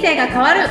生が変わる。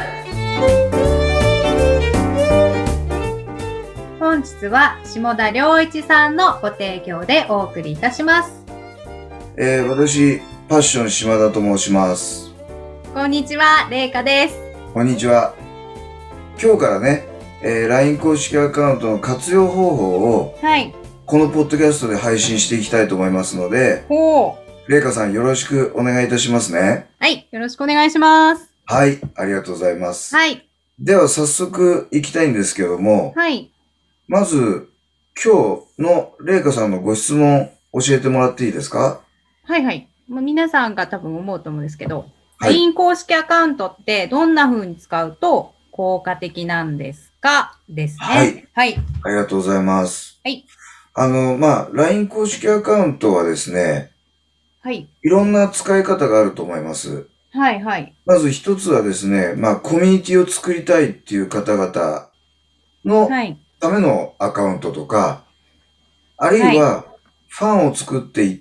本日は下田良一さんのご提供でお送りいたします。 私、パッション島田と申します。 こんにちは、れいかです。 こんにちは。今日からね、LINE 公式アカウントの活用方法を、 はい。 このポッドキャストで配信していきたいと思いますので、れいかさんよろしくお願いいたしますね。 はい、よろしくお願いします。 はい、ありがとうございます。 はい。 では早速行きたいんですけども、 はい。まず、今日のれいかさんのご質問教えてもらっていいですか？ はいはい。もう皆さんが多分思うと思うんですけど、 はい、 LINE 公式アカウントってどんな風に使うと効果的なんですかですね。 はい。 はい。 ありがとうございます。 はい。 LINE 公式アカウントはですね、 はい。 いろんな使い方があると思います。 はいはい。 まず一つはですね、コミュニティを作りたいっていう方々のためのアカウントとか、あるいはファンを作っていって、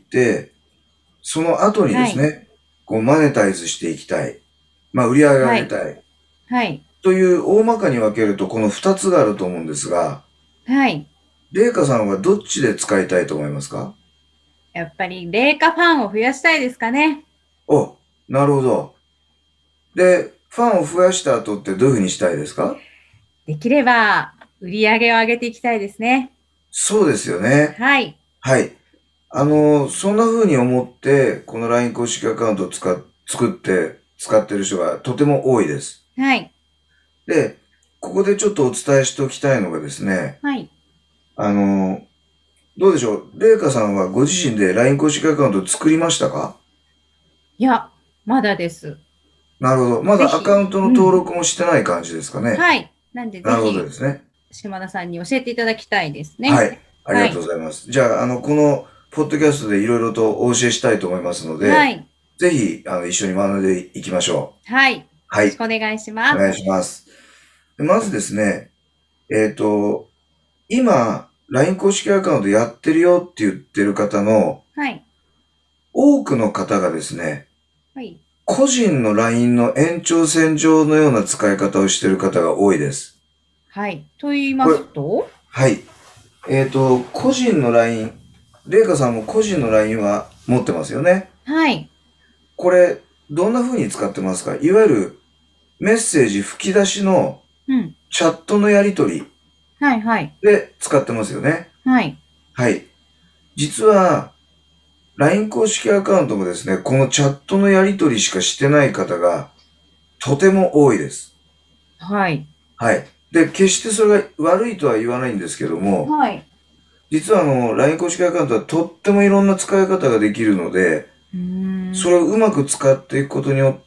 その後にですね、こうマネタイズしていきたい。売り上げを上げたい。 はい。 という大まかに分けるとこの二つがあると思うんですが、 はい。 れいかさんはどっちで使いたいと思いますか？ やっぱりれいかファンを増やしたいですかね。 お、なるほど。で、ファンを増やした後ってどういうふうにしたいですか？ できれば売り上げを上げていきたいですね。 そうですよね。 はい。 はい。そんな風に思って、この LINE 公式アカウントを作って使ってる人がとても多いです。 はい。 で、ここでちょっとお伝えしておきたいのがですね、 はい。 どうでしょう、れいかさんはご自身で LINE 公式アカウント作りましたか？ いや、まだです。 なるほど。まだアカウントの登録もしてない感じですかね。 はい。なんでぜなるほどですね。 ひ、島田さんに教えていただきたいですね。 はい。ありがとうございます。じゃあ、この、ポッドキャストでいろいろとお教えしたいと思いますので、はい。ぜひ、一緒に学んでいきましょう。はい。 はい。 よろしくお願いします。 お願いします。まずですね、今、LINE 公式アカウントやってるよって言ってる方の、はい。多くの方がですね、はい。個人の LINE の延長線上のような使い方をしている方が多いです。 はい。と言いますと？ はい。個人の LINE、れいかさんも個人の LINE は持ってますよね。 はい。 これ、どんな風に使ってますか？いわゆるメッセージ吹き出しのチャットのやり取りで使ってますよね。はい。はい。実は、LINE 公式アカウントもですね、このチャットのやり取りしかしてない方がとても多いです。はい。はい。で、決してそれが悪いとは言わないんですけども、はい。実はLINE 公式アカウントはとってもいろんな使い方ができるので、それをうまく使っていくことによって、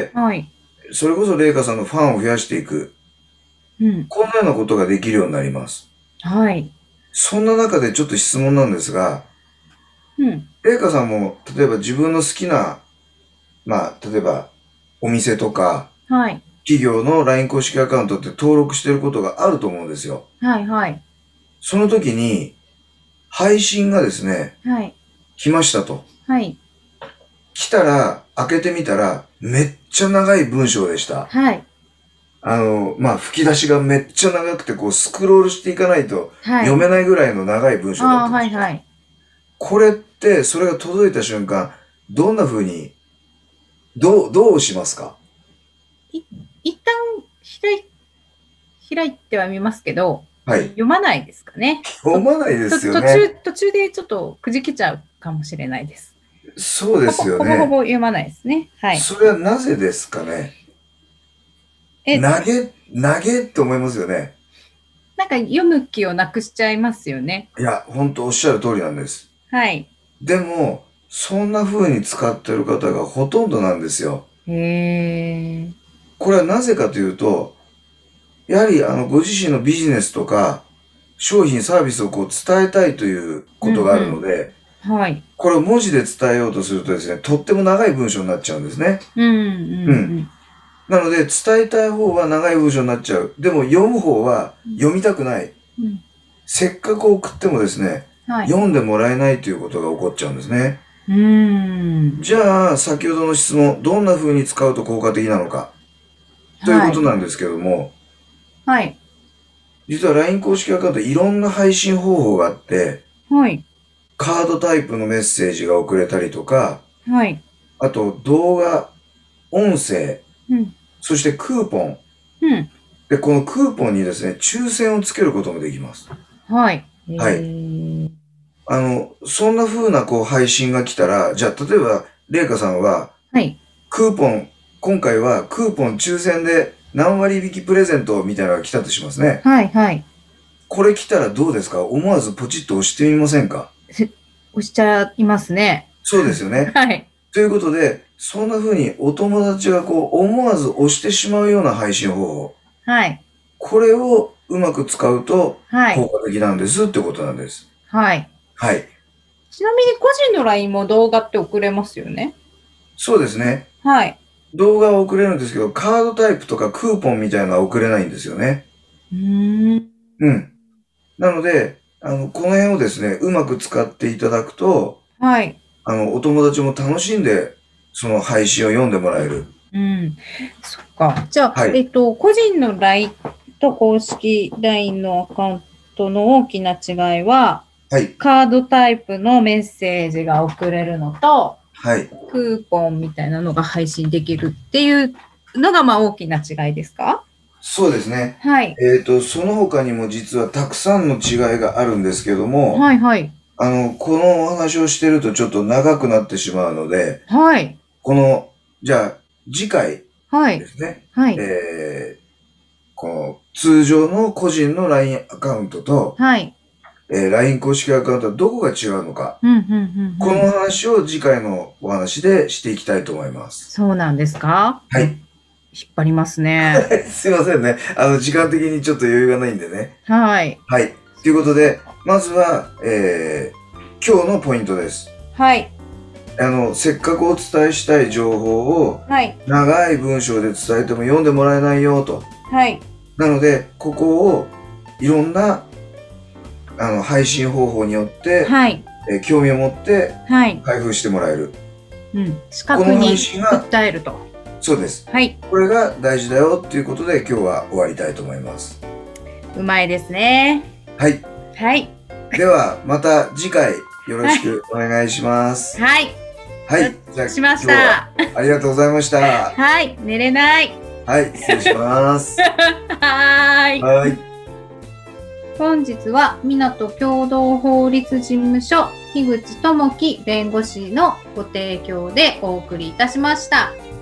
はい。それこそれいかさんのファンを増やしていく。こんなようなことができるようになります。はい。そんな中でちょっと質問なんですが、れいかさんも、例えば自分の好きな、例えば、お店とか、はい。企業の LINE 公式アカウントって登録してることがあると思うんですよ。はいはい。その時に、配信がですね、はい。来ましたと。はい。来たら、開けてみたら、めっちゃ長い文章でした。はい。吹き出しがめっちゃ長くて、こう、スクロールしていかないと、読めないぐらいの長い文章だったんです。はいはい。これって、それが届いた瞬間、どんな風に、どうしますか？ 一旦開いてはみますけど、 はい。 読まないですかね。 読まないですよね。 途中でちょっとくじけちゃうかもしれないです。 そうですよね。 ほぼほぼ読まないですね。はい。 それはなぜですかね。投げって思いますよね。 なんか読む気をなくしちゃいますよね。 いや、本当おっしゃる通りなんです。はい。でも、そんな風に使ってる方がほとんどなんですよ。へー。これはなぜかというと、やはりご自身のビジネスとか、商品サービスをこう伝えたいということがあるので、はい。これを文字で伝えようとするとですね、とっても長い文章になっちゃうんですね。なので、伝えたい方は長い文章になっちゃう。でも読む方は読みたくない。せっかく送ってもですね、読んでもらえないということが起こっちゃうんですね。じゃあ、先ほどの質問、どんな風に使うと効果的なのか。 ということなんですけども、 はい。 実は LINE 公式アカウントいろんな配信方法があって、 はい。 カードタイプのメッセージが送れたりとか、 はい。 あと動画、音声、 うん、 そしてクーポン。 うん。 で、このクーポンにですね、抽選をつけることもできます。 はい。 はい。そんな風な配信が来たら、じゃあ、例えば、れいかさんは、 はい。 クーポン、今回はクーポン抽選で何割引きプレゼントみたいなのが来たとしますね。 はい、はい。 これ来たらどうですか？思わずポチッと押してみませんか？ 押しちゃいますね。 そうですよね。 はい。 ということで、そんな風にお友達が思わず押してしまうような配信方法。 はい。 これをうまく使うとはい。 効果的なんですってことなんです。 はい。 はい。 ちなみに個人の LINE も動画って送れますよね。 そうですね。 はい。 動画は送れるんですけど、カードタイプとかクーポンみたいなのは送れないんですよね。うん。なので、この辺をですね、うまく使っていただくと、はい。お友達も楽しんで、その配信を読んでもらえる。 うん。そっか。じゃあ、はい、個人の LINE と公式 LINE のアカウントの大きな違いは、はい。カードタイプのメッセージが送れるのと、はい。クーポンみたいなのが配信できるっていうのが、大きな違いですか？ そうですね。はい。その他にも実はたくさんの違いがあるんですけども、はいはい。このお話をしてるとちょっと長くなってしまうので、はい。じゃあ、次回ですね。はい。この通常の個人の LINE アカウントと、はい。LINE 公式アカウントはどこが違うのか、この話を次回のお話でしていきたいと思います。 そうなんですか？はい。引っ張りますね。 すいませんね。時間的にちょっと余裕がないんでね。 はい。 はい。ということで、まずは、今日のポイントです。はい。せっかくお伝えしたい情報を、はい。長い文章で伝えても読んでもらえないよと。はい。なので、ここをいろんな、配信方法によって、はい。興味を持って、はい。開封してもらえる。 うん。視覚に訴えると。 そうです。はい。これが大事だよっていうことで今日は終わりたいと思います。 うまいですね。 はい。はい。では、また次回よろしくお願いします。 はい。 はい。 じゃあ、しました。 ありがとうございました。 はい。寝れない。 はい。失礼します。 はい。はい。本日は、港共同法律事務所、樋口智樹弁護士のご提供でお送りいたしました。